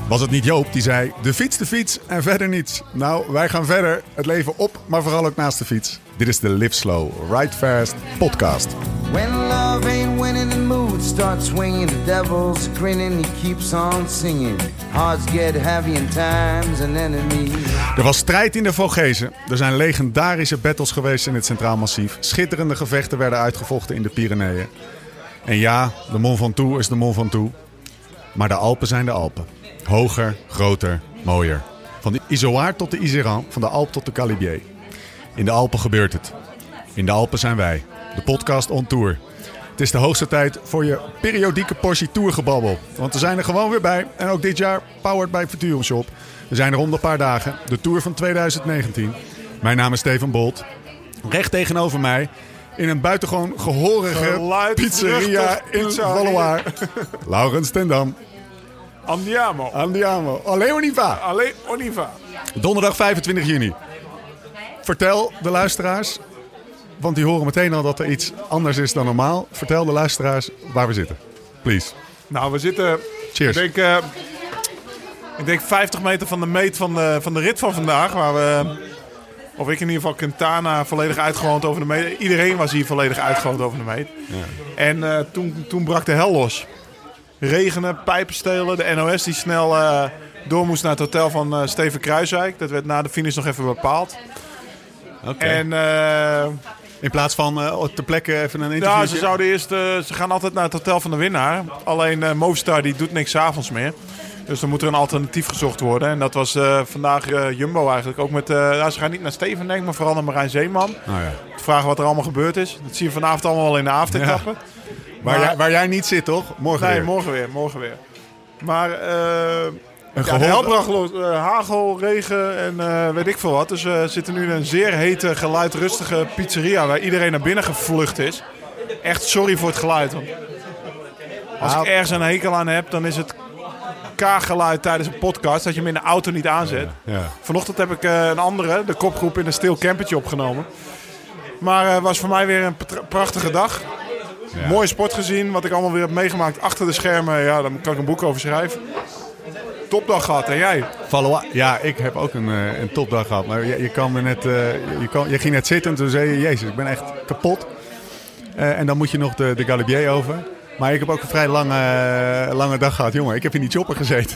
Was het niet Joop die zei, de fiets en verder niets. Nou, wij gaan verder. Het leven op, maar vooral ook naast de fiets. Dit is de Live Slow, Ride Fast podcast. When love ain't winning, the mood starts swinging. The devil's grinning, he keeps on singing. Hearts get heavy and time's an enemy. Er was strijd in de Vogezen. Er zijn legendarische battles geweest in het Centraal Massief. Schitterende gevechten werden uitgevochten in de Pyreneeën. En ja, de Mont Ventoux is de Mont Ventoux. Maar de Alpen zijn de Alpen. Hoger, groter, mooier. Van de Izoard tot de Iseran, van de Alp tot de Galibier. In de Alpen gebeurt het. In de Alpen zijn wij. De podcast on tour. Het is de hoogste tijd voor je periodieke portie tourgebabbel. Want we zijn er gewoon weer bij. En ook dit jaar powered by Futurum Shop. We zijn er om de paar dagen. De Tour van 2019. Mijn naam is Steven Bolt. Recht tegenover mij. In een buitengewoon gehorige pizzeria in Valloire. Laurens ten Dam. Andiamo. Alle Oniva. Donderdag 25 juni. Vertel de luisteraars, want die horen meteen al dat er iets anders is dan normaal. Vertel de luisteraars waar we zitten. Please. Nou, we zitten... Cheers. Ik denk 50 meter van de meet van de rit van vandaag. Waar we... Of ik in ieder geval Quintana volledig uitgewoond over de meet. Iedereen was hier volledig uitgewoond over de meet. Ja. En toen brak de hel los. Regenen, pijpen stelen. De NOS die snel door moest naar het hotel van Steven Kruiswijk. Dat werd na de finish nog even bepaald. Oké. En... in plaats van ter plekke even een interview. Ja, ze zouden eerst... ze gaan altijd naar het hotel van de winnaar. Alleen Movistar die doet niks 's avonds meer. Dus dan moet er een alternatief gezocht worden. En dat was vandaag Jumbo eigenlijk. Ook met... ze gaan niet naar Steven, denk ik, maar vooral naar Marijn Zeeman. Oh, ja. Te vragen wat er allemaal gebeurd is. Dat zie je vanavond allemaal wel in de avondetappe. Ja. Waar jij niet zit, toch? Morgen morgen weer. Maar... de hel bracht los, hagel, regen en weet ik veel wat. Dus we zitten nu in een zeer hete, geluidrustige pizzeria waar iedereen naar binnen gevlucht is. Echt sorry voor het geluid. Want als ik ergens een hekel aan heb, dan is het kaaggeluid tijdens een podcast. Dat je hem in de auto niet aanzet. Ja. Vanochtend heb ik een andere, de kopgroep, in een stil campertje opgenomen. Maar het was voor mij weer een prachtige dag. Ja. Mooie sport gezien, wat ik allemaal weer heb meegemaakt achter de schermen. Ja, daar kan ik een boek over schrijven. Topdag gehad, en jij? Ja, ik heb ook een topdag gehad. Maar je kwam er net, je ging net zitten en toen zei je, jezus, ik ben echt kapot. En dan moet je nog de Galibier over. Maar ik heb ook een vrij lange dag gehad, jongen. Ik heb in die chopper gezeten.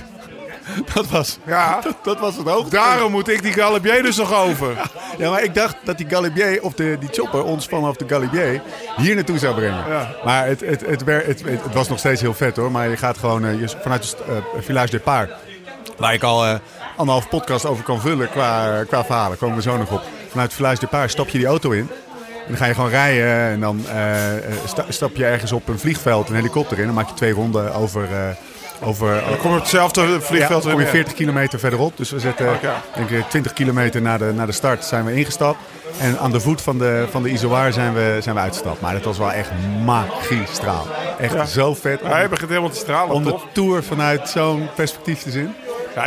Dat was het hoogte. Daarom moet ik die Galibier dus nog over. Ja, maar ik dacht dat die Galibier of die chopper ons vanaf de Galibier hier naartoe zou brengen. Ja. Maar het was nog steeds heel vet, hoor. Maar je gaat gewoon vanuit het Village Départ, waar ik al anderhalf podcast over kan vullen qua verhalen. Komen we zo nog op. Vanuit het Village Départ stap je die auto in. En dan ga je gewoon rijden en dan stap je ergens op een vliegveld een helikopter in. Dan maak je 2 ronden over... Dan kom je op hetzelfde vliegveld. Dan kom je 40 kilometer verderop. Dus we zitten denk ik 20 kilometer na de start zijn we ingestapt. En aan de voet van de Izoard zijn we uitgestapt. Maar dat was wel echt magistraal. Echt zo vet. Ja, je begint helemaal te stralen. Om de Tour vanuit zo'n perspectief te zien. Ja,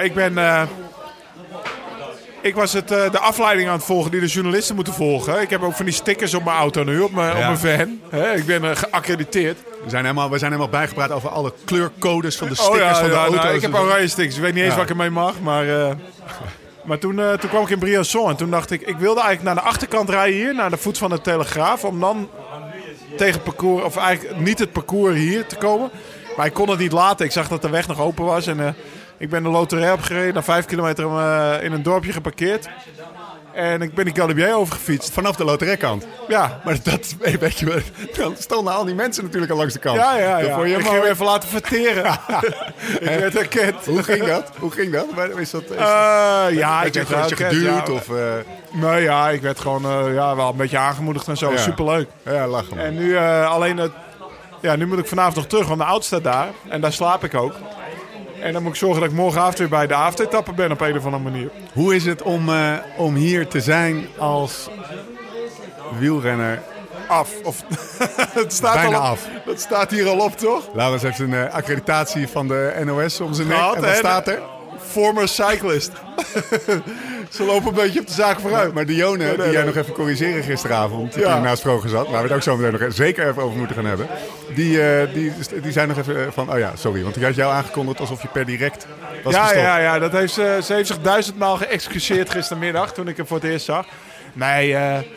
ik was de afleiding aan het volgen die de journalisten moeten volgen. Ik heb ook van die stickers op mijn auto nu, op mijn van. Ik ben geaccrediteerd. We zijn helemaal bijgepraat over alle kleurcodes van de stickers van de auto's. Nou, ik heb oranje stickers. Ik weet niet eens wat ik ermee mag. Maar toen kwam ik in Briançon en toen dacht ik wilde eigenlijk naar de achterkant rijden hier, naar de voet van de Telegraaf. Om dan tegen het parcours, of eigenlijk niet het parcours hier te komen. Maar ik kon het niet laten. Ik zag dat de weg nog open was en... ik ben de loterij opgereden, na 5 kilometer in een dorpje geparkeerd. En ik ben die Galibier overgefietst. Vanaf de loterijkant? Ja. Maar weet je, dan stonden al die mensen natuurlijk al langs de kant. Ja. Ik ging hem even laten verteren. Ik werd herkend. Hoe ging dat? Is dat ik werd geduwd? Of, Nou ja, ik werd gewoon wel een beetje aangemoedigd en zo. Ja. Superleuk. Ja, lachen. En nu nu moet ik vanavond nog terug, want de auto staat daar. En daar slaap ik ook. En dan moet ik zorgen dat ik morgenavond weer bij de avondetappe ben op een of andere manier. Hoe is het om hier te zijn als wielrenner? Het staat bijna al op, af. Dat staat hier al op, toch? Laurens heeft een accreditatie van de NOS om zijn nek. En wat staat er? former cyclist. Ze lopen een beetje op de zaak vooruit. Maar Dione, die jij nog even corrigeren gisteravond, die naast Vroger zat, waar we het ook zo meteen nog zeker even over moeten gaan hebben, die zei nog even van, oh ja, sorry, want die had jou aangekondigd alsof je per direct was gestopt. Ja, dat heeft ze heeft zich 1000 maal geëxcuseerd gistermiddag toen ik hem voor het eerst zag. Nee,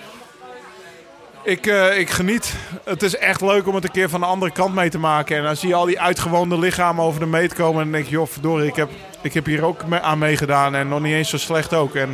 ik geniet. Het is echt leuk om het een keer van de andere kant mee te maken. En dan zie je al die uitgewoonde lichamen over de meet komen. En dan denk je, joh, verdorie, ik heb hier ook aan meegedaan. En nog niet eens zo slecht ook. En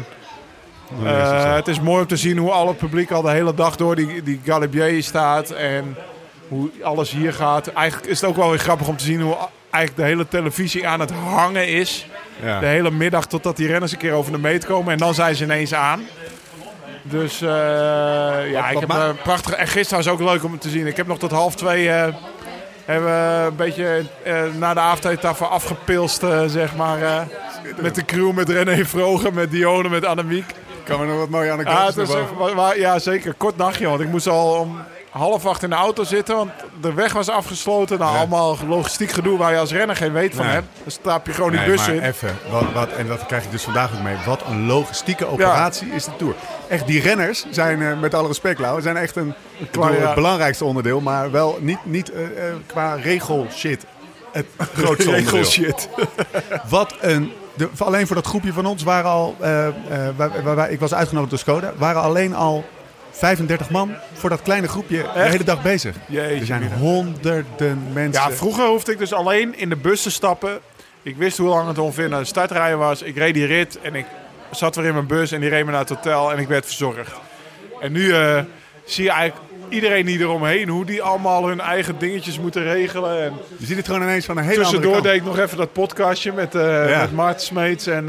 het is mooi om te zien hoe al het publiek al de hele dag door die Galibier staat. En hoe alles hier gaat. Eigenlijk is het ook wel weer grappig om te zien hoe eigenlijk de hele televisie aan het hangen is. Ja. De hele middag totdat die renners een keer over de meet komen. En dan zijn ze ineens aan. Dus ik heb een prachtige... En gisteren was ook leuk om het te zien. Ik heb nog tot 1:30 hebben we een beetje na de avondetappe afgepilst, zeg maar. Met de crew, met René Vroger, met Dione, met Annemiek. Kan we nog wat mooie anekdotes ja, zeker. Kort nachtje, want ik moest al om 7:30 in de auto zitten, want de weg was afgesloten. Nou, allemaal logistiek gedoe waar je als renner geen weet van hebt. Dan stap je gewoon die bus in. Even, en dat krijg ik dus vandaag ook mee. Wat een logistieke operatie is de Tour. Echt, die renners zijn, met alle respect, Lau, zijn echt het belangrijkste onderdeel, maar wel niet qua regel-shit. Het grootste onderdeel. Shit. Wat een... alleen voor dat groepje van ons waren al... ik was uitgenodigd door Skoda. Waren alleen al 35 man voor dat kleine groepje de hele dag bezig. Jeetje, er zijn honderden mensen. Ja, vroeger hoefde ik dus alleen in de bus te stappen. Ik wist hoe lang het ongeveer naar de startrijden was. Ik reed die rit en ik zat weer in mijn bus en die reed me naar het hotel en ik werd verzorgd. En nu zie je eigenlijk iedereen die eromheen, hoe die allemaal hun eigen dingetjes moeten regelen. En je ziet het gewoon ineens van een hele andere kant. Tussendoor deed ik nog even dat podcastje met Maarten Smeets en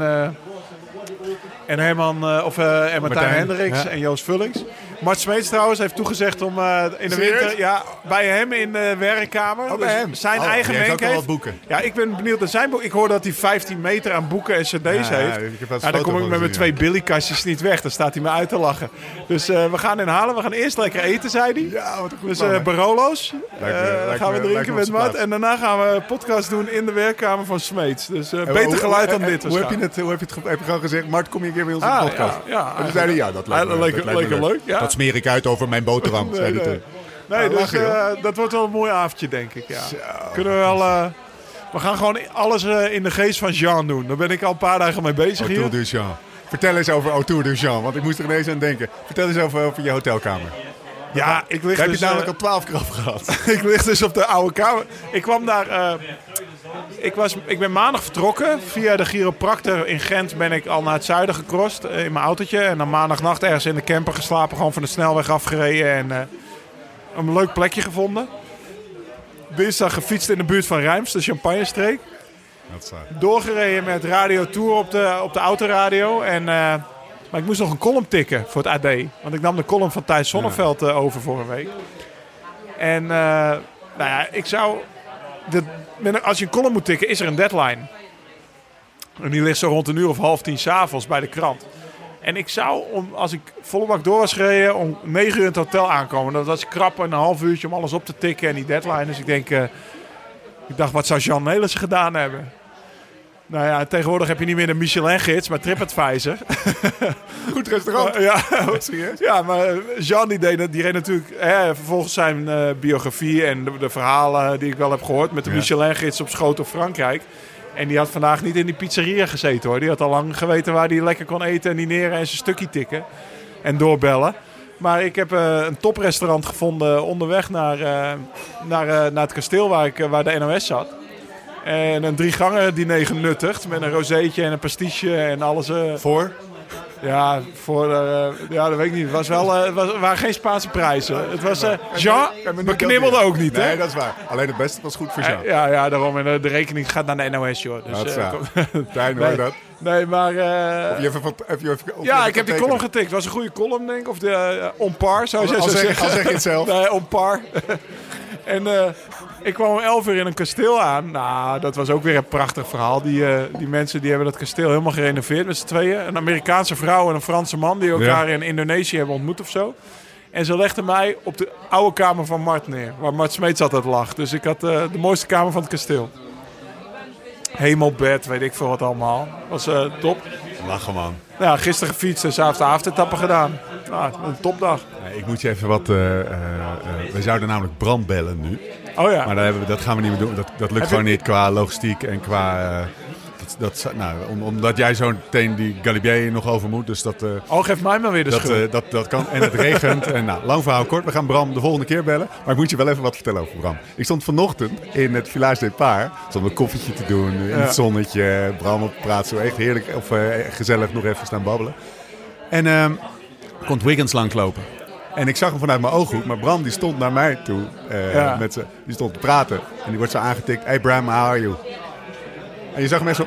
Herman, en Martijn Hendricks en Joost Vullings. Mart Smeets trouwens heeft toegezegd om in de winter bij hem in de werkkamer. Oh, bij hem. Zijn eigen mank heeft. Boeken. Ja, ik ben benieuwd naar zijn boek. Ik hoor dat hij 15 meter aan boeken en cd's heeft. Dan kom ik met mijn 2 Billy-kastjes niet weg. Dan staat hij me uit te lachen. Dus we gaan inhalen. We gaan eerst lekker eten, zei hij. Ja, wat een goed dus Barolo's gaan we drinken met Mart. En daarna gaan we een podcast doen in de werkkamer van Smeets. Dus beter geluid dan dit. Hoe heb je het gewoon gezegd? Mart, kom je een keer bij ons in de podcast? Ja. En toen zei hij, dat lijkt me leuk. Ja. Dat smeer ik uit over mijn boterham, zei hij toen. Nee, dus dat wordt wel een mooi avondje, denk ik. Ja. Kunnen we wel... we gaan gewoon alles in de geest van Jean doen. Daar ben ik al een paar dagen mee bezig hier. Autour du Jean. Vertel eens over Autour du Jean, want ik moest er ineens aan denken. Vertel eens over je hotelkamer. Ja, ik lig daar dus... heb je namelijk al 12 keer afgehad. Ik lig dus op de oude kamer. Ik kwam daar... Ik ben maandag vertrokken. Via de chiropractor in Gent ben ik al naar het zuiden gecrossed in mijn autootje. En dan maandagnacht ergens in de camper geslapen. Gewoon van de snelweg afgereden en een leuk plekje gevonden. Dinsdag gefietst in de buurt van Reims, de Champagne-streek. Doorgereden met Radio Tour op de autoradio. Maar ik moest nog een column tikken voor het AD. Want ik nam de column van Thijs Sonneveld over voor een week. En ik zou... Als je een column moet tikken, is er een deadline. En die ligt zo rond 9:30 s'avonds bij de krant. En ik zou, als ik volle bak door was gereden, om 9:00 in het hotel aankomen. Dat was krap een half uurtje om alles op te tikken en die deadline. Dus ik dacht, wat zou Jean Nelissen gedaan hebben? Nou ja, tegenwoordig heb je niet meer de Michelin-gids, maar TripAdvisor. Goed restaurant. Ja, maar Jean die reed natuurlijk vervolgens zijn biografie en de verhalen die ik wel heb gehoord met de Michelin-gids op schoot op Frankrijk. En die had vandaag niet in die pizzeria gezeten hoor. Die had al lang geweten waar hij lekker kon eten en dineren en zijn stukje tikken en doorbellen. Maar ik heb een toprestaurant gevonden onderweg naar het kasteel waar de NOS zat. En een 3-gangen diner genuttigd met een rozeetje en een pastiche en alles. Voor? Ja, dat weet ik niet. Het waren geen Spaanse prijzen. Het was Jean beknibbelde ook niet, hè? Nee, dat is waar. Alleen het beste was goed voor Jean. Ja, daarom. En de rekening gaat naar de NOS, joh. Dus, Tijn, hoor je dat? Nee, maar... ik heb die column getikt. Het was een goede column, denk ik. Of de on par, zou je zeggen. Al zeg je het zelf. Nee, on par. En ik kwam om 11:00 in een kasteel aan. Nou, dat was ook weer een prachtig verhaal. Die mensen die hebben dat kasteel helemaal gerenoveerd met z'n tweeën. Een Amerikaanse vrouw en een Franse man die elkaar in Indonesië hebben ontmoet of zo. En ze legden mij op de oude kamer van Mart neer. Waar Mart Smeets altijd lag. Dus ik had de mooiste kamer van het kasteel. Hemelbed, weet ik veel wat allemaal. Was top. Lachen, man. Ja, gisteren gefietst en 's avonds de avondetappe gedaan. Nou, een topdag. Nee, ik moet je even wat... we zouden namelijk Bram bellen nu. Oh ja. Maar dat gaan we niet meer doen. Dat lukt gewoon niet qua logistiek en qua... omdat jij zo meteen die Galibier nog over moet. Dus dat, geef mij maar weer de schuld. dat kan. En het regent. En lang verhaal kort. We gaan Bram de volgende keer bellen. Maar ik moet je wel even wat vertellen over Bram. Ik stond vanochtend in het Village Départ. Om een koffietje te doen. In het zonnetje. Bram op praat. Zo echt heerlijk. Of gezellig nog even staan babbelen. En komt Wiggins langslopen. En ik zag hem vanuit mijn ooghoek. Maar Bram die stond naar mij toe. Die stond te praten. En die wordt zo aangetikt. Hey Bram, how are you? En je zag hem echt zo,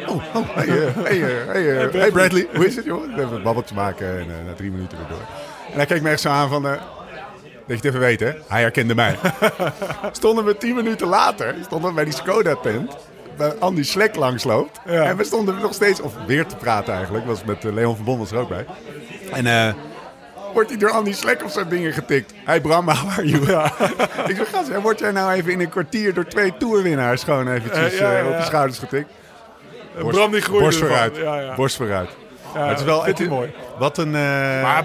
hey Bradley, hoe is het jongen? Even een babbeltje maken en na 3 minuten weer door. En hij keek me echt zo aan van, dat je het even weet hè, hij herkende mij. Stonden we 10 minuten later, bij die Skoda-tent, waar Andy Slek langsloopt. Ja. En we stonden nog steeds, of weer te praten eigenlijk, was met Leon van Bommel er ook bij. En wordt hij door Andy Slek op zijn dingen getikt. Hey Bram, how are you? Ja. Ik zeg, gast, word jij nou even in een kwartier door 2 toerwinnaars gewoon eventjes op je schouders getikt? Bram die groeide borst vooruit. Ja. Borst vooruit. Ja, maar het is wel echt mooi. Wat een... Maar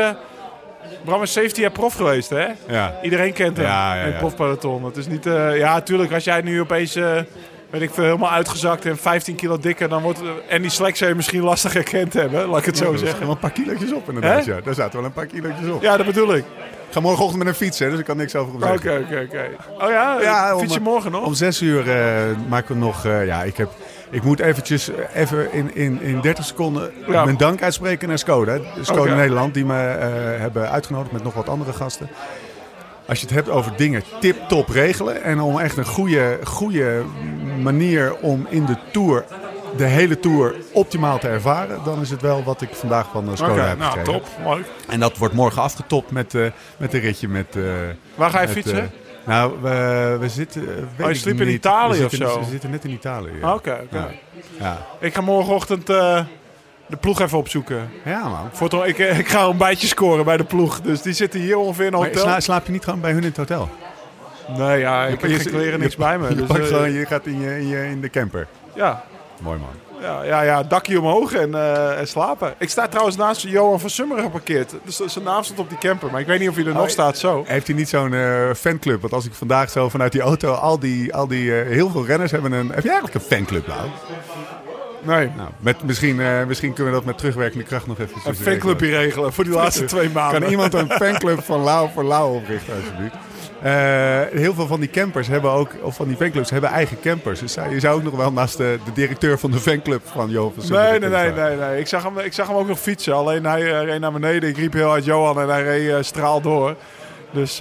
Bram is 17 jaar prof geweest, hè? Ja. Iedereen kent hem in het profpeloton. Het is niet... tuurlijk, als jij nu opeens... weet ik veel, helemaal uitgezakt en 15 kilo dikker... dan wordt Andy Slek zou je misschien lastig herkend hebben. Laat ik het zo zeggen. Er wel een paar kilootjes op inderdaad. Ja. Daar zaten wel een paar kilootjes op. Ja, dat bedoel ik. Ik ga morgenochtend met een fiets, hè, dus ik kan niks over hem zeggen. Oké. Oh ja? Fiets je morgen nog? Om 6 uur maken we nog... Ik moet eventjes in 30 seconden mijn dank uitspreken naar Skoda. Skoda Nederland, die me hebben uitgenodigd met nog wat andere gasten. Als je het hebt over dingen tip-top regelen... en om echt een goede manier om in de Tour... de hele Tour optimaal te ervaren... dan is het wel wat ik vandaag van Skoda heb gekregen. Top, mooi. En dat wordt morgen afgetopt met een ritje met... Waar ga je fietsen? We zitten... je sliep in Italië of zo? We zitten net in Italië. Ja. Oké. Ja. Ik ga morgenochtend de ploeg even opzoeken. Ja, man. Ik ga een bijtje scoren bij de ploeg. Dus die zitten hier ongeveer in een hotel. Maar slaap je niet gewoon bij hun in het hotel? Nee, ik heb geen kleren, niks bij me. Je gaat in de camper? Ja. Mooi, man. Ja, dakje omhoog en slapen. Ik sta trouwens naast Johan van Summeren geparkeerd. Dus zijn naam stond op die camper. Maar ik weet niet of hij er nog staat zo. Heeft hij niet zo'n fanclub? Want als ik vandaag zo vanuit die auto... Al die heel veel renners hebben een... Heb je eigenlijk een fanclub, nou? Nee. Nou, misschien kunnen we dat met terugwerkende kracht nog even... Een fanclubje regelen voor die laatste 2 maanden. Kan iemand een fanclub van Lau voor Lau oprichten, alsjeblieft? Heel veel van die campers hebben ook, of van die fanclubs hebben eigen campers. Dus je zou ook nog wel naast de directeur van de fanclub van Johan van Summeren. Nee. Ik zag hem ook nog fietsen. Alleen hij reed naar beneden. Ik riep heel hard Johan en hij reed straal door. Dus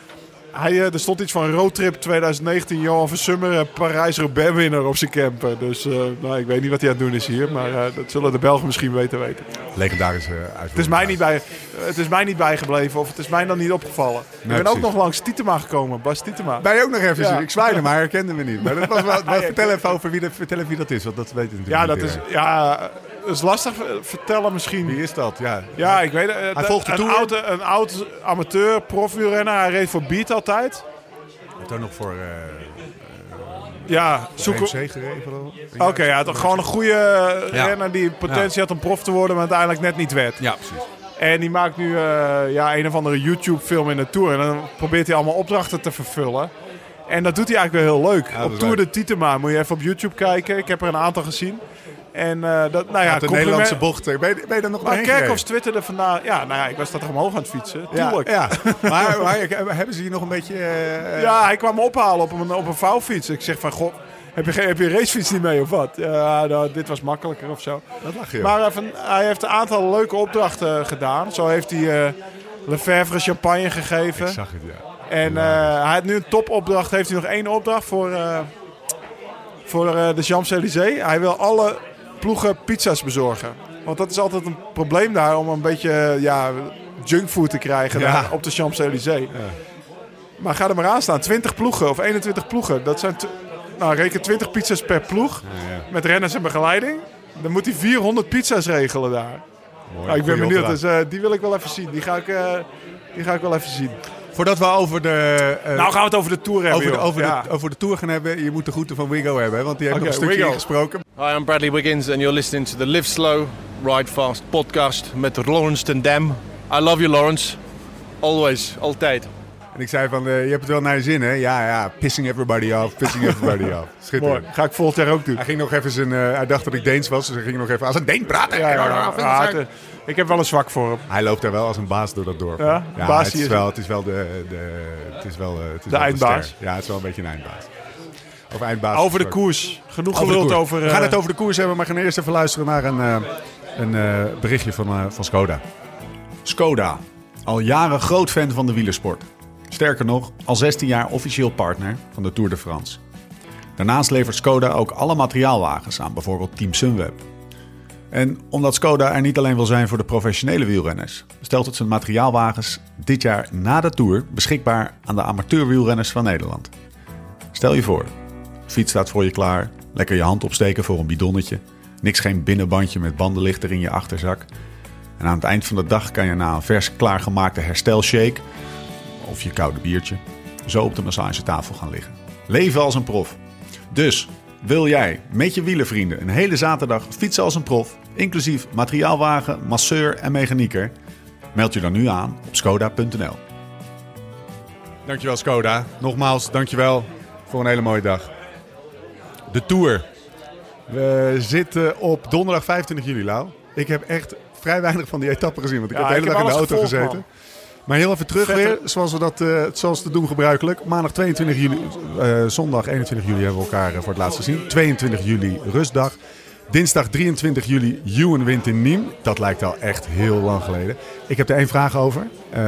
er stond iets van roadtrip 2019. Johan van Summeren, Parijs-Roubaix winnaar op zijn camper. Dus ik weet niet wat hij aan het doen is hier. Maar dat zullen de Belgen misschien weten. Legendarische uitvoering. Het is mij niet bijgebleven of het is mij dan niet opgevallen. Ik ben ook nog langs Tietema gekomen, Bas Tietema. Ben je ook nog even? Ja. Ik zwaaide, maar herkende me niet. Maar dat was wel, vertel even over wie dat is, want dat weet ik natuurlijk niet. Dat is lastig vertellen misschien. Wie is dat? Ja, ik weet het. Hij volgt de Tour. Een oud amateur profwielrenner. Hij reed voor Beat altijd. Hij heeft ook nog voor... zoeken. MC gereden. Oké, toch gewoon een goede renner die potentie had om prof te worden, maar uiteindelijk net niet werd. Ja, precies. En die maakt nu een of andere YouTube-film in de Tour. En dan probeert hij allemaal opdrachten te vervullen. En dat doet hij eigenlijk wel heel leuk. Op Tour de Tietema moet je even op YouTube kijken. Ik heb er een aantal gezien. En de Nederlandse bocht. Ben je er nog maar Kerkhoffs twitterde vandaag... ik was dat er omhoog aan het fietsen. Tuurlijk. Ja. Maar hebben ze hier nog een beetje... Ja, hij kwam me ophalen op een vouwfiets. Ik zeg van, goh, heb je een racefiets niet mee of wat? Ja, dit was makkelijker of zo. Dat lag je. Maar hij heeft een aantal leuke opdrachten gedaan. Zo heeft hij Lefevre champagne gegeven. Ik zag het, ja. En hij heeft nu een topopdracht. Heeft hij nog 1 opdracht voor de Champs-Élysées. Hij wil alle ploegen pizza's bezorgen. Want dat is altijd een probleem daar om een beetje junkfood te krijgen daar op de Champs-Élysées. Ja. Maar ga er maar aan staan. 20 ploegen of 21 ploegen. Dat zijn reken 20 pizza's per ploeg. Ja. Met renners en begeleiding. Dan moet hij 400 pizza's regelen daar. Mooi, ik ben benieuwd. Dus die wil ik wel even zien. Die ga ik wel even zien. Voordat we over de... nou gaan we het over de Tour hebben. Over de Tour gaan hebben. Je moet de groeten van Wiggo hebben, hè, want die heeft nog een stukje Wiggo. ingesproken. Hi, I'm Bradley Wiggins and you're listening to the Live Slow, Ride Fast podcast met Laurens ten Dam. I love you, Laurens. Always, altijd. En ik zei van, je hebt het wel naar je zin, hè? Ja, pissing everybody off, Schitterend. Mooi. Ga ik volgend jaar ook doen. Hij ging nog even hij dacht dat ik Deens was, dus hij ging nog even als een Deen praten. Ik heb wel een zwak voor hem. Hij loopt daar wel als een baas door dat dorp. Ja, het is wel de eindbaas. ster. Ja, het is wel een beetje een eindbaas. Over eindbaas. Over de koers. Genoeg geluld over... We gaan het over de koers hebben, maar gaan eerst even luisteren naar een berichtje van Skoda. Skoda. Al jaren groot fan van de wielersport. Sterker nog, al 16 jaar officieel partner van de Tour de France. Daarnaast levert Skoda ook alle materiaalwagens aan, bijvoorbeeld Team Sunweb. En omdat Skoda er niet alleen wil zijn voor de professionele wielrenners, stelt het zijn materiaalwagens dit jaar na de Tour beschikbaar aan de amateurwielrenners van Nederland. Stel je voor, de fiets staat voor je klaar, lekker je hand opsteken voor een bidonnetje, niks geen binnenbandje met bandenlichter in je achterzak. En aan het eind van de dag kan je na een vers klaargemaakte herstelshake of je koude biertje zo op de massagetafel gaan liggen. Leven als een prof. Dus wil jij met je wielervrienden een hele zaterdag fietsen als een prof, inclusief materiaalwagen, masseur en mechanieker? Meld je dan nu aan op skoda.nl. Dankjewel Skoda. Nogmaals, dankjewel voor een hele mooie dag. De Tour. We zitten op donderdag 25 juli, Lau. Ik heb echt vrij weinig van die etappe gezien, want ik heb de hele dag in de auto gezeten. Man. Maar heel even terug weer, zoals te doen gebruikelijk. Maandag 22 juli, zondag 21 juli hebben we elkaar voor het laatst gezien. 22 juli rustdag. Dinsdag 23 juli Ewan wint in Nîmes. Dat lijkt al echt heel lang geleden. Ik heb er 1 vraag over.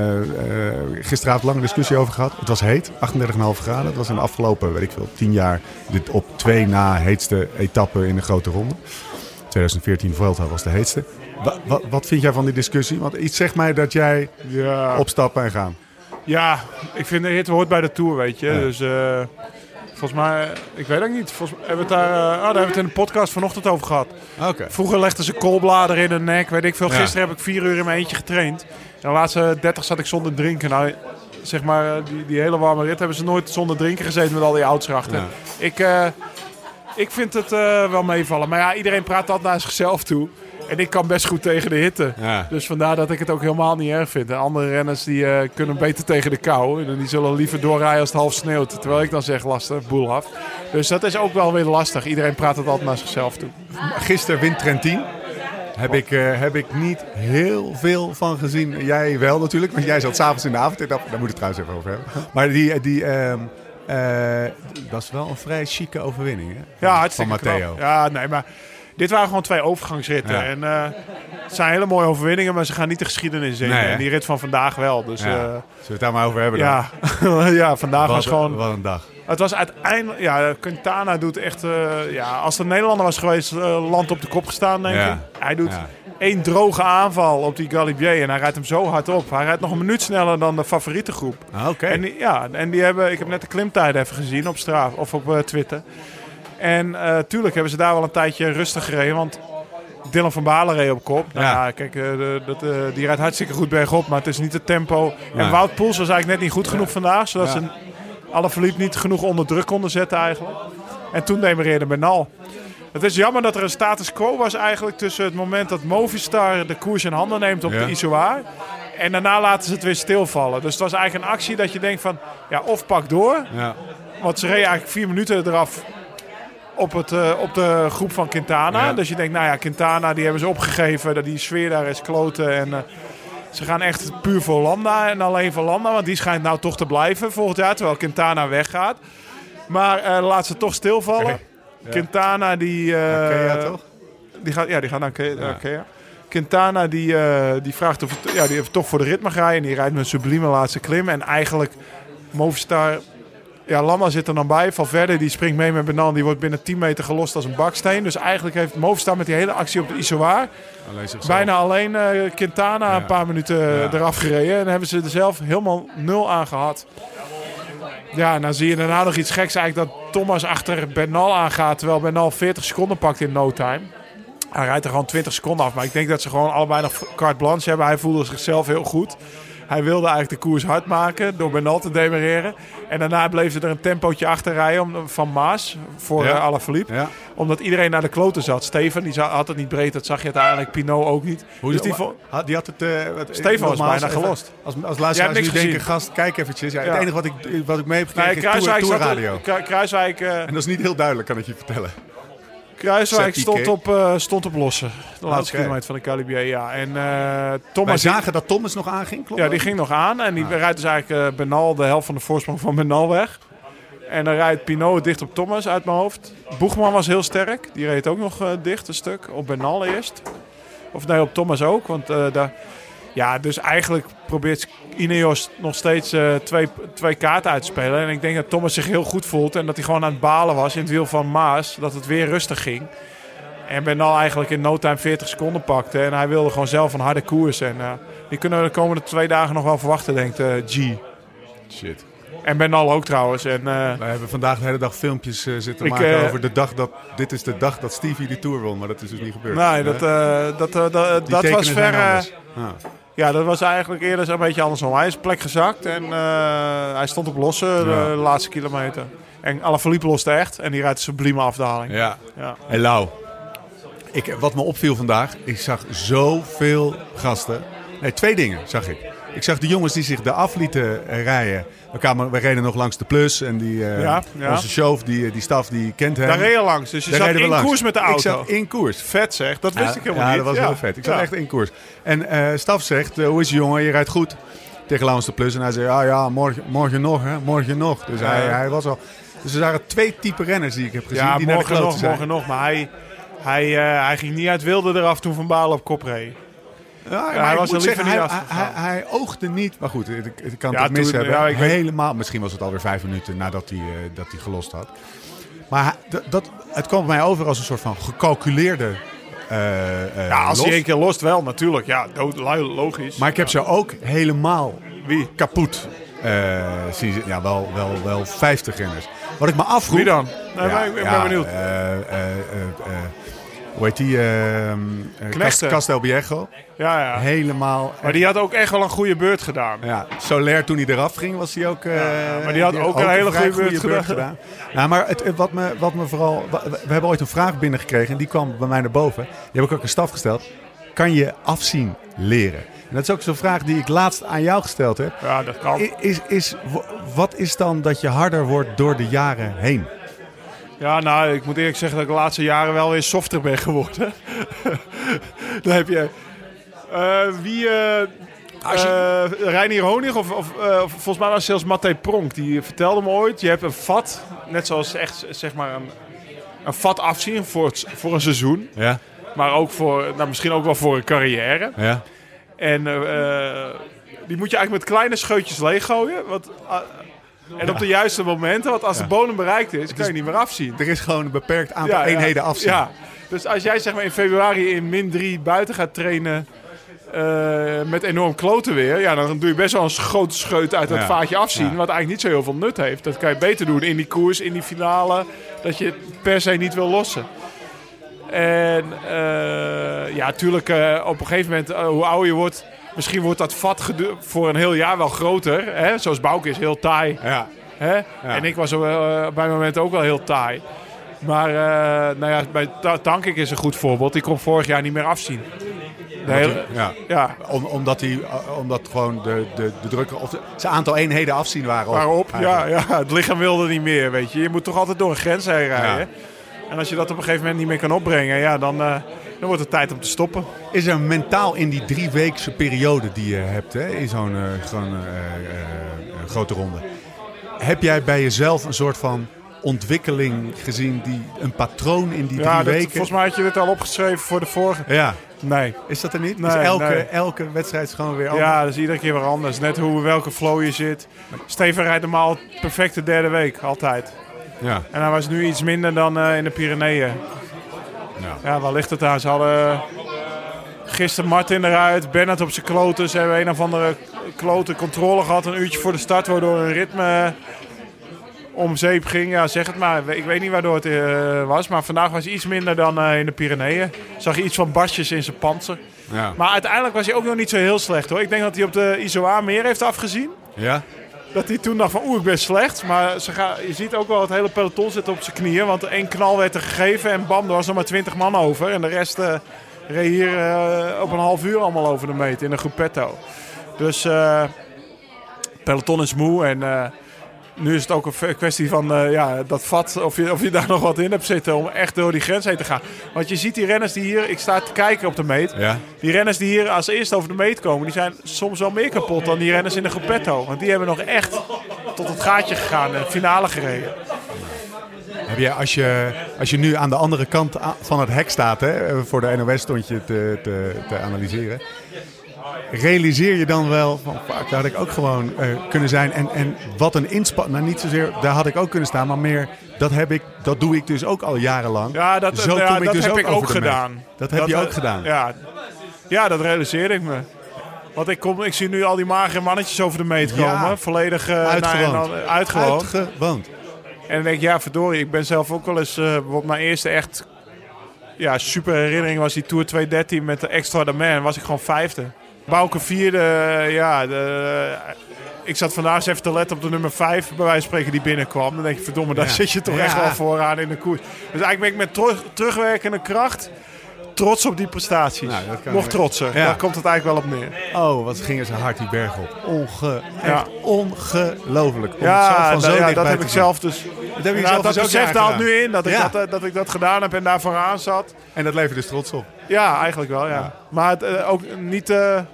Gisteravond lange discussie over gehad. Het was heet, 38,5 graden. Het was in de afgelopen, 10 jaar op 2 na heetste etappe in de grote ronde. 2014 Vuelta was de heetste. Wat vind jij van die discussie? Want iets zegt mij dat jij opstappen en gaan. Ja, ik vind de hitte hoort bij de Tour, weet je. Ja. Dus volgens mij, ik weet het niet. Volgens mij hebben we het daar hebben we het in de podcast vanochtend over gehad. Okay. Vroeger legden ze koolbladeren in hun nek, weet ik veel. Gisteren heb ik 4 uur in mijn eentje getraind. En de laatste 30 zat ik zonder drinken. Nou, zeg maar, die hele warme rit hebben ze nooit zonder drinken gezeten met al die ouds erachter. Ja. Ik vind het wel meevallen. Maar ja, iedereen praat altijd naar zichzelf toe. En ik kan best goed tegen de hitte. Ja. Dus vandaar dat ik het ook helemaal niet erg vind. En andere renners die kunnen beter tegen de kou. En die zullen liever doorrijden als het half sneeuwt. Terwijl ik dan zeg, lastig, boel af. Dus dat is ook wel weer lastig. Iedereen praat het altijd naar zichzelf toe. Gisteren wint Trentin. Heb ik niet heel veel van gezien. Jij wel natuurlijk, want jij zat 's avonds in de avondetappe. Daar moet ik het trouwens even over hebben. Maar dat is wel een vrij chique overwinning, hè? Ja, hartstikke van Matteo. Knap. Ja, nee, maar dit waren gewoon 2 overgangsritten. Ja. En het zijn hele mooie overwinningen, maar ze gaan niet de geschiedenis in. Nee, en die rit van vandaag wel. Dus, Zullen we het daar maar over hebben dan? Ja, ja, vandaag was gewoon... Wat een dag. Het was uiteindelijk... Ja, Quintana doet echt... als de Nederlander was geweest, land op de kop gestaan, denk ik. Hij doet 1 droge aanval op die Galibier en hij rijdt hem zo hard op. Hij rijdt nog een minuut sneller dan de favorietengroep. Okay. En die hebben... Ik heb net de klimtijden even gezien op Strava of op Twitter. En tuurlijk hebben ze daar wel een tijdje rustig gereden, want Dylan van Baarle reed op kop. Nou ja, kijk, die rijdt hartstikke goed bergop, maar het is niet het tempo. Ja. En Wout Poels was eigenlijk net niet goed genoeg vandaag, zodat ze Alaphilippe niet genoeg onder druk konden zetten eigenlijk. En toen demareerde Bernal. Het is jammer dat er een status quo was eigenlijk tussen het moment dat Movistar de koers in handen neemt op de Izoar. En daarna laten ze het weer stilvallen. Dus het was eigenlijk een actie dat je denkt van, ja, of pak door. Ja. Want ze reden eigenlijk 4 minuten eraf op de groep van Quintana. Ja. Dus je denkt, nou ja, Quintana die hebben ze opgegeven. Die sfeer daar is kloten. En ze gaan echt puur voor Landa en alleen voor Landa. Want die schijnt nou toch te blijven volgend jaar. Terwijl Quintana weggaat. Maar laat ze toch stilvallen. Okay. Ja. Quintana die... Arkea toch? Die gaat naar Arkea. Quintana die vraagt of die even toch voor de rit mag rijden. En die rijdt met een sublieme laatste klim. En eigenlijk Movistar... Ja, Landa zit er dan bij. Valverde die springt mee met Bernal. Die wordt binnen 10 meter gelost als een baksteen. Dus eigenlijk heeft Movistar met die hele actie op de Izoar bijna alleen Quintana een paar minuten eraf gereden. En hebben ze er zelf helemaal 0 aan gehad. Ja, dan zie je daarna nog iets geks. Eigenlijk dat Thomas achter Bernal aangaat. Terwijl Bernal 40 seconden pakt in no time. Hij rijdt er gewoon 20 seconden af. Maar ik denk dat ze gewoon allebei nog carte blanche hebben. Hij voelde zichzelf heel goed. Hij wilde eigenlijk de koers hard maken door Bernal te demereren. En daarna bleef er een tempootje achter rijden van Maas voor Alaphilippe. Ja. Omdat iedereen naar de kloten zat. Steven die had het niet breed, dat zag je uiteindelijk. Pinot ook niet. Die had het... Steven was bijna gelost. Als luisteraars nu denken, gast, kijk eventjes. Ja, het enige wat ik mee heb gekregen is Tourradio. Kruiswijk... en dat is niet heel duidelijk, kan ik je vertellen. Kruiswijk stond op lossen. De laatste kilometer van de Calibier, ja. En Thomas... Wij zagen dat Thomas nog aanging, klopt? Ja, die ging nog aan. En die rijdt dus eigenlijk Bernal, de helft van de voorsprong van Bernal weg. En dan rijdt Pinot dicht op Thomas uit mijn hoofd. Boegman was heel sterk. Die reed ook nog dicht een stuk. Op Bernal eerst. Of nee, op Thomas ook. Want daar... Ja, dus eigenlijk probeert Ineos nog steeds twee kaarten uit te spelen. En ik denk dat Thomas zich heel goed voelt. En dat hij gewoon aan het balen was in het wiel van Maas. Dat het weer rustig ging. En Bernal eigenlijk in no time 40 seconden pakte. En hij wilde gewoon zelf een harde koers. En die kunnen we de komende 2 dagen nog wel verwachten, denkt G. Shit. En Bernal ook trouwens. En, wij hebben vandaag de hele dag filmpjes zitten maken over de dag dat... Dit is de dag dat Stevie de Tour won. Maar dat is dus niet gebeurd. Nee, dat was ver... Ja, dat was eigenlijk eerder zo'n beetje andersom. Hij is plek gezakt en hij stond op lossen de laatste kilometer. En Alaphilippe loste echt en die rijdt een sublieme afdaling. Ja. Hey Lau, wat me opviel vandaag, ik zag zoveel gasten. Nee, 2 dingen zag ik. Ik zag de jongens die zich eraf lieten rijden. We reden nog langs de Plus en onze chauffeur, die staf, die kent hem. Daar reed je langs, dus je zat in koers met de auto. Ik zat in koers. Vet zeg, dat wist ik helemaal niet. Ja, dat was heel vet. Ik zat echt in koers. En staf zegt, hoe is je jongen, je rijdt goed tegen langs de Plus. En hij zei, morgen nog, hè, morgen nog. Dus hij was al... Dus er waren 2 typen renners die ik heb gezien die naar de kloten zijn. Morgen nog, maar hij ging niet uit wilde eraf toen Van Baarle op kop reed. Ja, hij was er liever niet af. Hij oogde niet. Maar goed, ik kan het mis hebben. Ja, helemaal. Misschien was het alweer 5 minuten nadat hij gelost had. Maar het kwam bij mij over als een soort van gecalculeerde als hij 1 keer lost wel, natuurlijk. Ja, logisch. Maar ik heb ze ook helemaal kapot zien. Ja, wel 50 renners. Wat ik me afvroeg... Wie dan? Ik ben benieuwd. Hoe heet die? Castelviejo. Ja. Helemaal. Maar die had ook echt wel een goede beurt gedaan. Ja, Soler toen hij eraf ging was hij ook... maar die had ook een hele goede beurt gedaan. Nou, maar wat me vooral... We hebben ooit een vraag binnengekregen en die kwam bij mij naar boven. Die heb ik ook een staf gesteld. Kan je afzien leren? En dat is ook zo'n vraag die ik laatst aan jou gesteld heb. Ja, dat kan. Wat is dan dat je harder wordt door de jaren heen? Ja, nou, ik moet eerlijk zeggen dat ik de laatste jaren wel weer softer ben geworden. Dan heb je... Reinier Honig of volgens mij was het zelfs Matthij Pronk. Die vertelde me ooit, je hebt een vat, net zoals echt zeg maar een vat afzien voor een seizoen. Ja. Maar ook misschien ook wel voor een carrière. Ja. En die moet je eigenlijk met kleine scheutjes leeggooien. En op de juiste momenten, want als de bodem bereikt is, kan je niet meer afzien. Er is gewoon een beperkt aantal eenheden afzien. Ja. Dus als jij zeg maar in februari in -3 buiten gaat trainen met enorm kloten weer, ja, dan doe je best wel een grote scheut uit dat vaatje afzien, wat eigenlijk niet zo heel veel nut heeft. Dat kan je beter doen in die koers, in die finale, dat je het per se niet wil lossen. En natuurlijk op een gegeven moment, hoe ouder je wordt, misschien wordt dat vat voor een heel jaar wel groter. Hè? Zoals Bouke is heel taai. Ja. Hè? Ja. En ik was bij momenten ook wel heel taai. Maar bij Tankink is een goed voorbeeld. Die kon vorig jaar niet meer afzien. Omdat gewoon de druk of zijn aantal eenheden afzien waren. Waarop? Ja, het lichaam wilde niet meer. Weet je. Je moet toch altijd door een grens heen rijden. Ja. En als je dat op een gegeven moment niet meer kan opbrengen, dan wordt het tijd om te stoppen. Is er mentaal in die 3-weekse periode die je hebt, hè, in zo'n grote ronde, heb jij bij jezelf een soort van ontwikkeling gezien, een patroon in die 3 weken? Volgens mij had je dit al opgeschreven voor de vorige. Ja. Nee. Is dat er niet? Nee, dus elke wedstrijd is gewoon weer anders? Ja, dat is iedere keer weer anders. Net welke flow je zit. Steven rijdt normaal het perfecte 3e week, altijd. Ja. En hij was nu iets minder dan in de Pyreneeën. Ja, waar ligt het aan? Ze hadden gisteren Martin eruit, Bennett op zijn kloten. Ze hebben een of andere klote controle gehad, een uurtje voor de start, waardoor hun ritme om zeep ging. Ja, zeg het maar. Ik weet niet waardoor het was. Maar vandaag was hij iets minder dan in de Pyreneeën. Zag je iets van barstjes in zijn panzer. Ja. Maar uiteindelijk was hij ook nog niet zo heel slecht, hoor. Ik denk dat hij op de Izoar meer heeft afgezien. Ja? Dat hij toen dacht van ik ben slecht. Maar je ziet ook wel het hele peloton zit op zijn knieën. Want 1 knal werd er gegeven en bam, er was nog maar 20 man over. En de rest reed hier op een half uur allemaal over de meet in een gruppetto. Dus peloton is moe en nu is het ook een kwestie van dat vat, of je daar nog wat in hebt zitten om echt door die grens heen te gaan. Want je ziet die renners die hier, ik sta te kijken op de meet, die renners die hier als eerste over de meet komen, die zijn soms wel meer kapot dan die renners in de gruppetto. Want die hebben nog echt tot het gaatje gegaan en finale gereden. Heb je, als je nu aan de andere kant van het hek staat, hè, voor de NOS stond je te analyseren. Realiseer je dan wel van, fuck, daar had ik ook gewoon kunnen zijn. En wat een inspanning. Nou, niet zozeer, daar had ik ook kunnen staan, maar meer, dat doe ik dus ook al jarenlang. Ja, dat heb ik ook gedaan. Dat heb je ook gedaan? Ja, dat realiseer ik me. Want ik zie nu al die magere mannetjes over de meet komen. Ja, volledig uitgewoond. En dan denk ik, verdorie, ik ben zelf ook wel eens... bijvoorbeeld mijn eerste echt super herinnering was die Tour 213 met de Extra de Man. Was ik gewoon 5e. Bouke 4e, ik zat vandaag eens even te letten op de nummer 5, bij wijze van spreken, die binnenkwam. Dan denk je, verdomme, daar zit je toch echt wel vooraan in de koers. Dus eigenlijk ben ik met terugwerkende kracht trots op die prestaties. Nou, nog trotser. Daar komt het eigenlijk wel op neer. Oh, wat gingen ze hard die berg op. Echt ongelooflijk. Dat heb ik zelf dus... Dat besef daalt nu in, dat ik dat gedaan heb en daar vooraan zat. En dat levert dus trots op. Ja, eigenlijk wel, ja. Maar het, ook niet...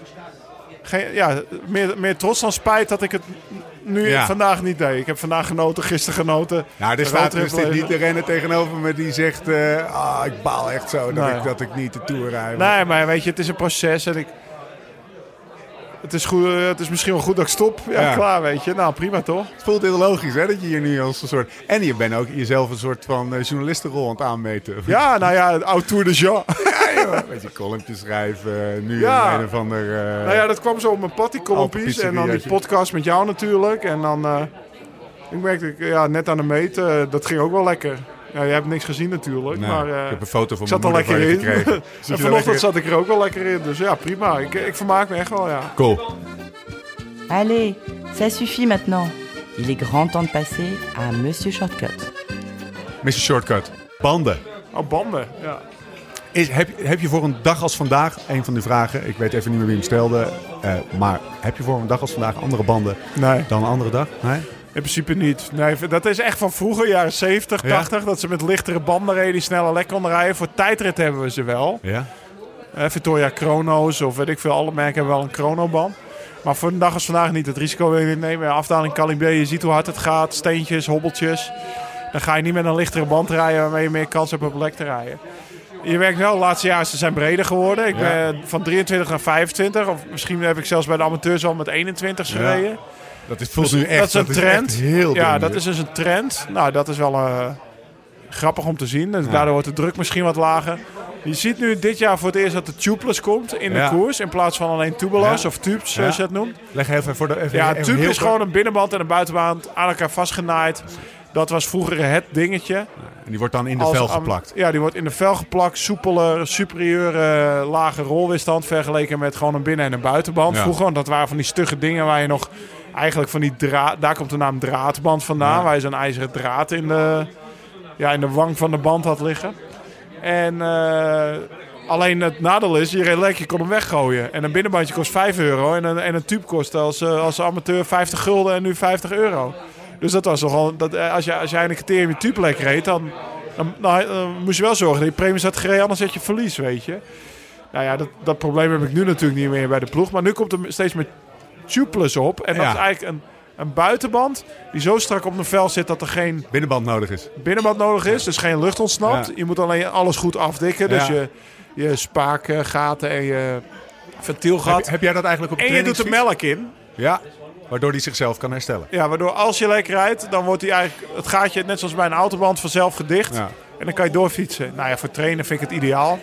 meer trots dan spijt dat ik het vandaag niet deed. Ik heb vandaag genoten, gisteren genoten. Nou, er staat dus niet de renner tegenover me die zegt... ik baal echt zo dat ik niet de Tour rijd. Nee, maar weet je, het is een proces en het is misschien wel goed dat ik stop. Ja, klaar, weet je. Nou, prima toch? Het voelt heel logisch, hè, dat je hier nu als een soort... En je bent ook jezelf een soort van journalistenrol aan het aanmeten. Ja, oud Tour de Jean. Ja, weet je, columnjes schrijven, nu een of ander... dat kwam zo op mijn pad, die columnjes. En dan die podcast met jou natuurlijk. En dan... ik merkte, net aan de meet, dat ging ook wel lekker. Ja, je hebt niks gezien natuurlijk, maar ik heb een foto van mijn moeder van je gekregen. En vanochtend zat ik er ook wel lekker in, dus ja, prima. Ik vermaak me echt wel, ja. Cool. Allez, ça suffit maintenant. Il est grand temps de passer à Monsieur Shortcut. Mr. Shortcut. Banden. Oh, banden, ja. Heb je voor een dag als vandaag, een van die vragen, ik weet even niet meer wie hem stelde, maar heb je voor een dag als vandaag andere banden dan een andere dag? Nee? In principe niet. Nee, dat is echt van vroeger, jaren 70, 80. Dat ze met lichtere banden reden die sneller lek konden rijden. Voor tijdrit hebben we ze wel. Ja. Victoria Chrono's of weet ik veel. Alle merken hebben wel een chronoband. Maar voor een dag als vandaag niet. Het risico wil je niet nemen. Afdaling Calibre, je ziet hoe hard het gaat. Steentjes, hobbeltjes. Dan ga je niet met een lichtere band rijden waarmee je meer kans hebt op lek te rijden. Je merkt wel, de laatste jaren ze zijn breder geworden. Ik ben van 23 naar 25. Of misschien heb ik zelfs bij de amateurs al met 21 gereden. Dat is volgens nu echt, dat is een trend. Is heel ja, dat is dus een trend. Nou, dat is wel grappig om te zien. Dus daardoor wordt de druk misschien wat lager. Je ziet nu dit jaar voor het eerst dat de tubeless komt in de koers. In plaats van alleen tubeless of tubes, zoals je het noemt. Leg even voor de... tube is gewoon een binnenband en een buitenband aan elkaar vastgenaaid. Dat was vroeger het dingetje. En die wordt dan in de vel geplakt. Ja, die wordt in de vel geplakt. Soepeler, superieure, lage rolweerstand vergeleken met gewoon een binnen- en een buitenband. Vroeger, want dat waren van die stugge dingen waar je nog... Eigenlijk van die draad... Daar komt de naam draadband vandaan. Waar je zo'n ijzeren draad in de wang van de band had liggen. En alleen het nadeel is, je reed lekker, je kon hem weggooien. En een binnenbandje kost €5 en een tube kost als amateur 50 gulden en nu €50. Dus dat was nogal... Als jij een criterium je tube lekker reed, dan moest je wel zorgen dat je premies had gereden, anders had je verlies, weet je. Nou ja, dat probleem heb ik nu natuurlijk niet meer bij de ploeg. Maar nu komt er steeds meer tubeless op. En dat is eigenlijk een buitenband die zo strak op een vel zit dat er geen... Binnenband nodig is. Dus geen lucht ontsnapt. Ja. Je moet alleen alles goed afdikken. Dus je spaakgaten en je ventielgat. Heb jij dat eigenlijk op de En je doet er melk in. Ja, waardoor die zichzelf kan herstellen. Ja, waardoor als je lekker rijdt, dan wordt die eigenlijk het gaatje net zoals bij een autoband vanzelf gedicht. Ja. En dan kan je doorfietsen. Nou ja, voor trainen vind ik het ideaal.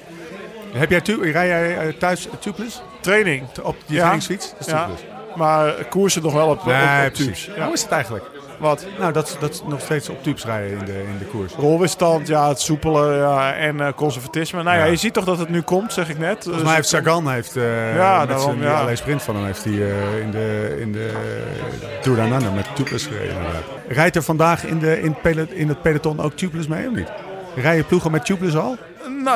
Rij jij thuis tubeless? Training. Op je trainingsfiets? Ja. Maar koersen nog wel op tubes. Ja. Hoe is het eigenlijk? Wat? Nou, dat nog steeds op tubes rijden in de koers. Rolweerstand, ja, het soepele en conservatisme. Nou ja, Ja. je ziet toch dat het nu komt, zeg ik net. Volgens mij heeft Sagan met daarom, zijn LA Sprint van hem heeft hij in de Tour Down Under met tubeless gereden. Inderdaad. Rijdt er vandaag in het peloton ook tubeless mee of niet? Rijden ploegen met tubeless al? Nou,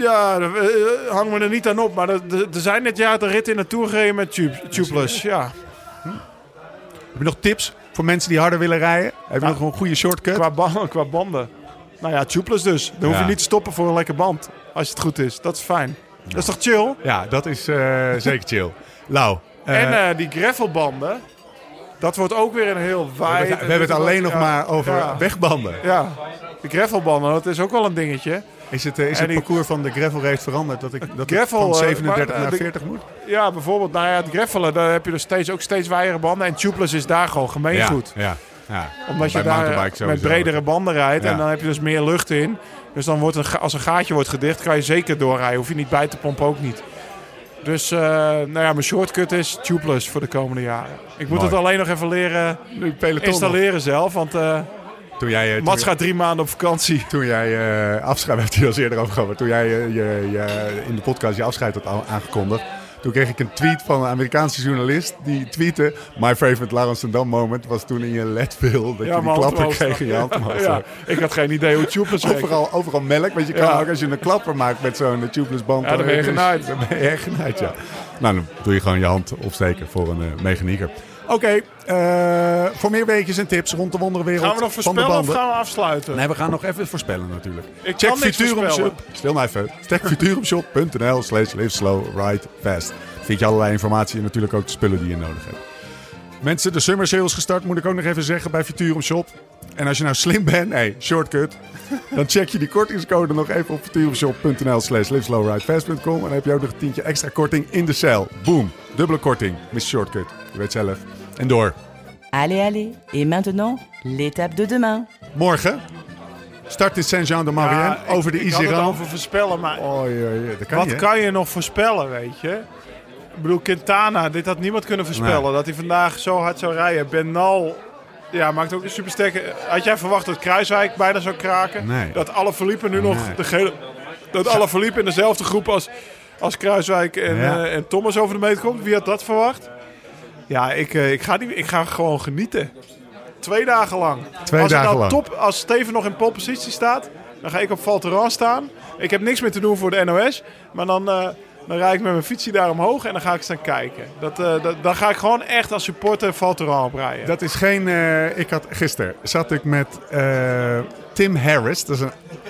hangen we er niet aan op. Maar er zijn dit jaar de rit in de Tour gereden met tubeless. Ja. Heb je nog tips voor mensen die harder willen rijden? Heb je nog een goede shortcut? Qua banden. Nou ja, tubeless dus. Dan hoef je niet te stoppen voor een lekker band. Als het goed is. Dat is fijn. Dat is toch chill? Ja, dat is zeker chill. Lau. En die gravelbanden. Dat wordt ook weer een heel waai. We hebben het alleen nog maar over wegbanden. Ja, de gravelbanden, dat is ook wel een dingetje. Is het parcours van de gravel race veranderd? Dat het van 37 naar 40 moet? Ja, bijvoorbeeld. Nou ja, het gravelen, daar heb je dus ook steeds waaiere banden. En tubeless is daar gewoon gemeengoed. Ja. Omdat je daar met bredere banden rijdt. En dan heb je dus meer lucht in. Dus dan wordt als een gaatje wordt gedicht, kan je zeker doorrijden. Hoef je niet bij te pompen, ook niet. Dus mijn shortcut is tubeless voor de komende jaren. Ik moet het alleen nog even leren installeren zelf. Want Mats gaat 3 maanden op vakantie. Toen jij afscheid, we hebben het hier al eerder over gehad. Toen jij in de podcast je afscheid had aangekondigd. Toen kreeg ik een tweet van een Amerikaanse journalist. Die tweette: My favorite Laurens ten Dam moment was toen in je Leadville. Dat je die klapper kreeg in je hand. Ja, ik had geen idee hoe tubeless werkt. Overal melk. Want je kan ook als je een klapper maakt met zo'n tubeless band. Ja, dan ben je genaaid. Dan ben je erg genaaid, ja. Nou, dan doe je gewoon je hand opsteken voor een mechanieker. Oké, voor meer weetjes en tips rond de wonderenwereld. Gaan we nog voorspellen of gaan we afsluiten? Nee, we gaan nog even voorspellen natuurlijk. Check Futurum Shop. Stil maar even. Check futurumshop.nl/live-slow-ride-fast. Vind je allerlei informatie en natuurlijk ook de spullen die je nodig hebt. Mensen, de summer sales gestart, moet ik ook nog even zeggen, bij Futurum Shop. En als je nou slim bent, shortcut, dan check je die kortingscode nog even op futurumshop.nl/liveslowridefast.com. En dan heb je ook nog een tientje extra korting in de cel. Boom, dubbele korting, Mr. Shortcut. Je weet zelf. En door. Allez, et maintenant, l'étape de demain. Morgen start in Saint-Jean-de-Maurienne over de Ik had het Iseran. over voorspellen, maar Dat kan wat niet, hè? kan je nog voorspellen, weet je? Ik bedoel, Quintana, dit had niemand kunnen voorspellen. Nee. Dat hij vandaag zo hard zou rijden. Bernal, maakt ook een supersterke. Had jij verwacht dat Kruiswijk bijna zou kraken? Nee. Dat Alaphilippe nu nog dat Alaphilippe in dezelfde groep als Kruiswijk en Thomas over de meet komt? Wie had dat verwacht? Ja, ik ga gewoon genieten. 2 dagen lang. Als Steven nog in pole positie staat, dan ga ik op Val Thorens staan. Ik heb niks meer te doen voor de NOS. Maar dan rijd ik met mijn fietsie daar omhoog en dan ga ik staan kijken. Dan ga ik gewoon echt als supporter Val Thorens oprijden. Dat is geen... Gisteren zat ik met Tim Harris. Dat is een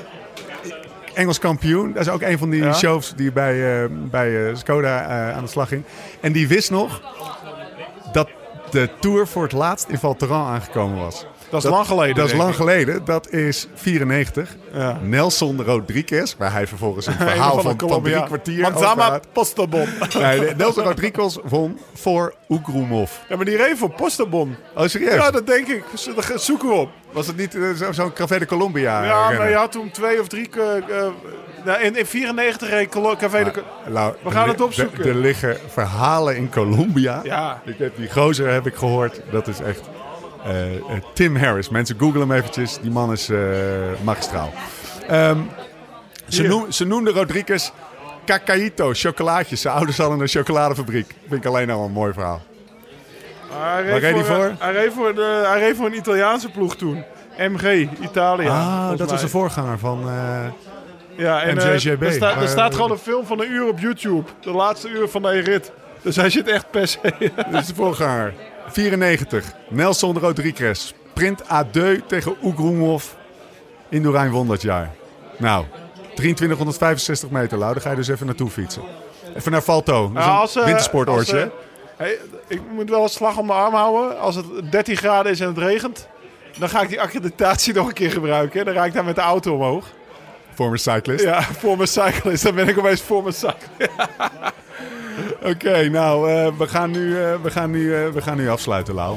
Engels kampioen. Dat is ook een van die shows die bij Skoda aan de slag ging. En die wist nog dat de Tour voor het laatst in Val Thorens aangekomen was. Dat is lang geleden. Dat is lang geleden. Dat is 94. Ja. Nelson Rodriguez, waar hij vervolgens een verhaal van 3 kwartier over Manzana had. Postabon. Nee, Nelson Rodriguez won voor Ugrumov. Ja, maar die reed voor Postabon. Oh, serieus? Ja, dat denk ik. Zoeken we op. Was het niet zo'n Café de Colombia? Ja, maar je had toen 2 of 3... in 94 reed Café de... We gaan het opzoeken. Er liggen verhalen in Colombia. Ja. Die gozer heb ik gehoord. Dat is echt... Tim Harris. Mensen, google hem eventjes. Die man is magistraal. Ze noemden Rodriguez Cacaito, chocolaatjes. Zijn ouders hadden een chocoladefabriek. Vind ik alleen al een mooi verhaal. Waar reed hij voor? Hij reed voor een Italiaanse ploeg toen. MG, Italië. Dat was de voorganger van MGGB. Er staat gewoon een film van 1 uur op YouTube. De laatste uur van de rit. Dus hij zit echt per se. Dit is de voorganger. 94. Nelson Rodriguez. Sprint A2 tegen Ugrumov. Indurain won dat jaar. Nou, 2365 meter, Lau. Daar ga je dus even naartoe fietsen. Even naar Valto. Dat is een wintersportoortje. Ik moet wel een slag om de arm houden. Als het 13 graden is en het regent, dan ga ik die accreditatie nog een keer gebruiken. Dan rijd ik daar met de auto omhoog. Former cyclist. Ja, former cyclist. Dan ben ik opeens former cyclist. Oké, nou, we gaan nu afsluiten, Lau.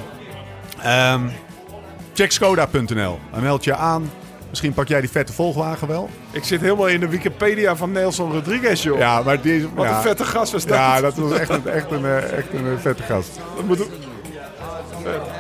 Check Skoda.nl. Meld je aan. Misschien pak jij die vette Volkswagen wel. Ik zit helemaal in de Wikipedia van Nelson Rodriguez, joh. Ja, maar die... Wat een vette gast was dat. Ja, dat was echt een vette gast. Dat moet...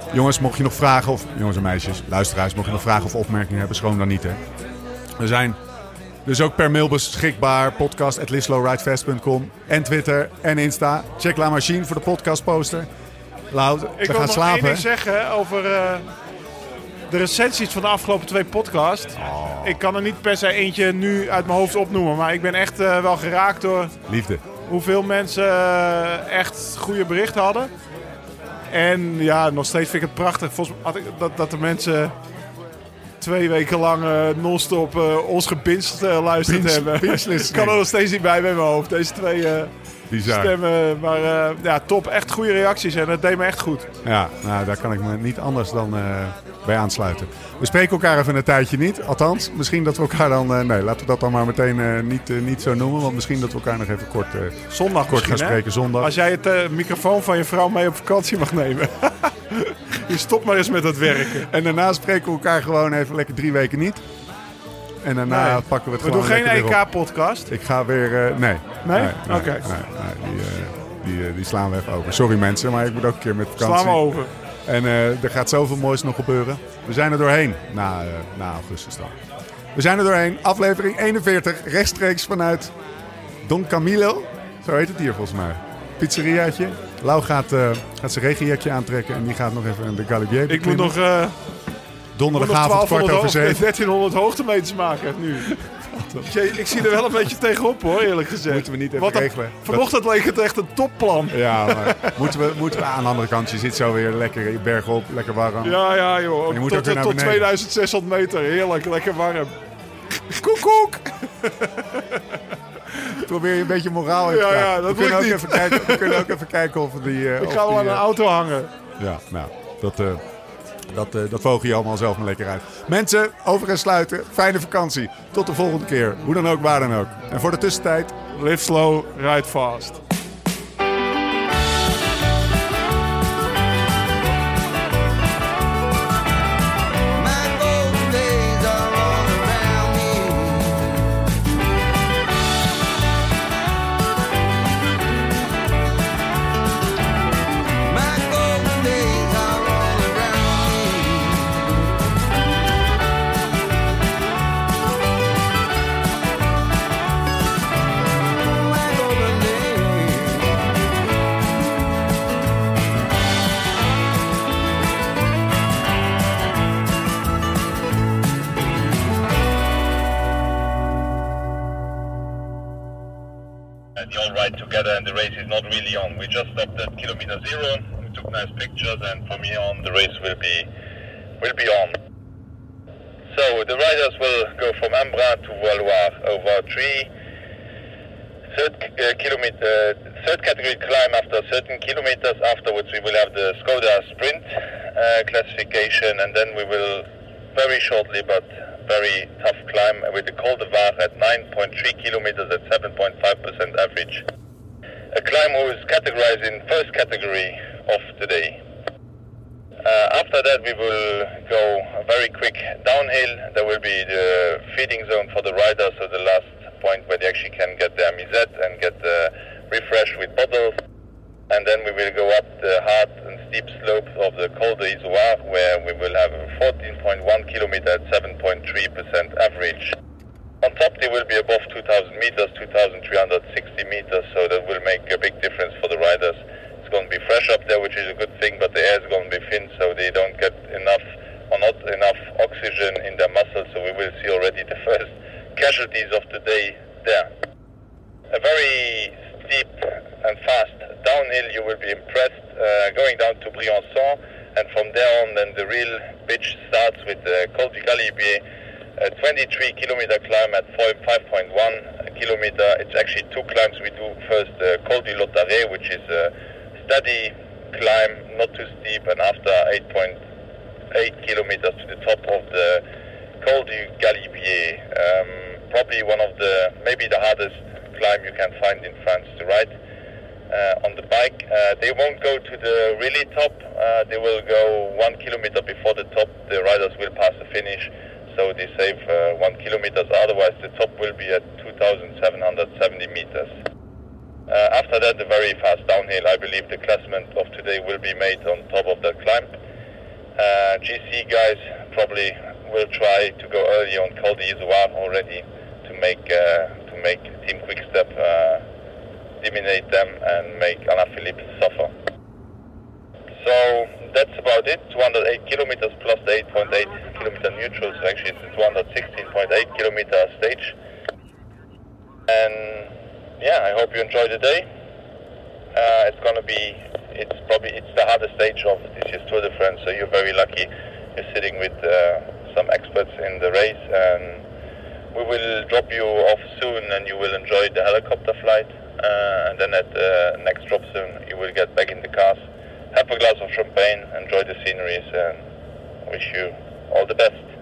Jongens, mocht je nog vragen of... Jongens en meisjes, luisteraars, mocht je nog vragen of opmerkingen hebben, schroom dan niet, hè. We zijn dus ook per mail beschikbaar. podcast@liveslowridefast.com. En Twitter en Insta. Check La Machine voor de podcastposter. Lau, we gaan slapen. Ik wil nog één ding zeggen over de recensies van de afgelopen 2 podcasts. Ik kan er niet per se eentje nu uit mijn hoofd opnoemen. Maar ik ben echt wel geraakt door... Liefde. Hoeveel mensen echt goede berichten hadden. En ja, nog steeds vind ik het prachtig. Volgens mij had ik dat de mensen 2 weken lang non-stop ons gebinst luisterd hebben. Ik kan er nog steeds niet bij mijn hoofd. Deze 2 stemmen. Maar ja, top. Echt goede reacties en het deed me echt goed. Ja, nou, daar kan ik me niet anders dan bij aansluiten. We spreken elkaar even een tijdje niet. Althans, misschien dat we elkaar dan... nee, laten we dat dan maar meteen niet zo noemen. Want misschien dat we elkaar nog even kort gaan spreken. Zondag. Als jij het microfoon van je vrouw mee op vakantie mag nemen. Je stopt maar eens met dat werken. En daarna spreken we elkaar gewoon even lekker 3 weken niet. En daarna pakken we het gewoon doen geen weer EK-podcast? Ik ga weer... nee. Nee? Oké. Die slaan we even over. Sorry mensen, maar ik moet ook een keer met vakantie. Slaan we over. En er gaat zoveel moois nog gebeuren. We zijn er doorheen. Na augustus dan. We zijn er doorheen. Aflevering 41. Rechtstreeks vanuit Don Camilo. Zo heet het hier volgens mij. Pizzeriaatje. Lau gaat zijn regenjekje aantrekken. En die gaat nog even de Galibier beklimmen. Ik moet nog... Donderdagavond 6:15. 1300 hoogtemeters maken nu. Ik zie er wel een beetje tegenop hoor, eerlijk gezegd. Moeten we niet even regelen. Vanochtend leek het echt een topplan. Ja, maar moeten we aan de andere kant. Je zit zo weer lekker bergop, lekker warm. Ja joh. Je moet ook weer naar tot beneden. 2600 meter. Heerlijk, lekker warm. Koek. Probeer je een beetje moraal in te krijgen. Ja, dat lukt niet. We kunnen ook even kijken of die... Ik ga wel aan een auto hangen. Ja, nou, dat vogel je allemaal zelf maar lekker uit. Mensen, over en sluiten. Fijne vakantie. Tot de volgende keer. Hoe dan ook, waar dan ook. En voor de tussentijd... Live slow, ride fast. Together and the race is not really on. We just stopped at kilometer 0. We took nice pictures and from here on the race will be on. So the riders will go from Ambra to Valois over 3 third category climb after certain kilometers. Afterwards we will have the Skoda sprint classification and then we will very shortly but very tough climb with the Col de Var at 9.3 kilometers at 7.5% average. A climb who is categorized in first category of today. After that we will go a very quick downhill. There will be the feeding zone for the riders, so the last point where they actually can get their misette and get refreshed with bottles. And then we will go up the hard and steep slopes of the Col de Izoard, where we will have a 14.1 kilometer at 7.3% average. On top they will be above 2,000 meters, 2,360 meters, so that will make a big difference for the riders. It's going to be fresh up there, which is a good thing, but the air is going to be thin, so they don't get enough or not enough oxygen in their muscles, so we will see already the first casualties of the day there. A very steep and fast downhill, you will be impressed, going down to Briançon, and from there on then the real bitch starts with the Col du Galibier, a 23 kilometer climb at 5.1 kilometer. It's actually 2 climbs. We do first the Col du Lotaret, which is a steady climb, not too steep, and after 8.8 kilometers to the top of the Col du Galibier, probably one of the, maybe the hardest climb you can find in France to ride on the bike. They won't go to the really top. They will go 1 kilometer before the top. The riders will pass the finish, so they save 1 kilometer. Otherwise, the top will be at 2,770 meters. After that, the very fast downhill. I believe the classement of today will be made on top of that climb. GC guys probably will try to go early on Col d'Izoard already to make Team Quickstep eliminate them and make Alain Philippe suffer. So that's about it. 208 kilometers plus the 8.8 kilometer neutral. So actually it's a 216.8 kilometer stage. And yeah, I hope you enjoy the day. It's the hardest stage of this year's Tour de France, so you're very lucky. You're sitting with some experts in the race, and we will drop you off soon, and you will enjoy the helicopter flight. And then at the next drop soon, you will get back in the cars, have a glass of champagne, enjoy the sceneries, and wish you all the best.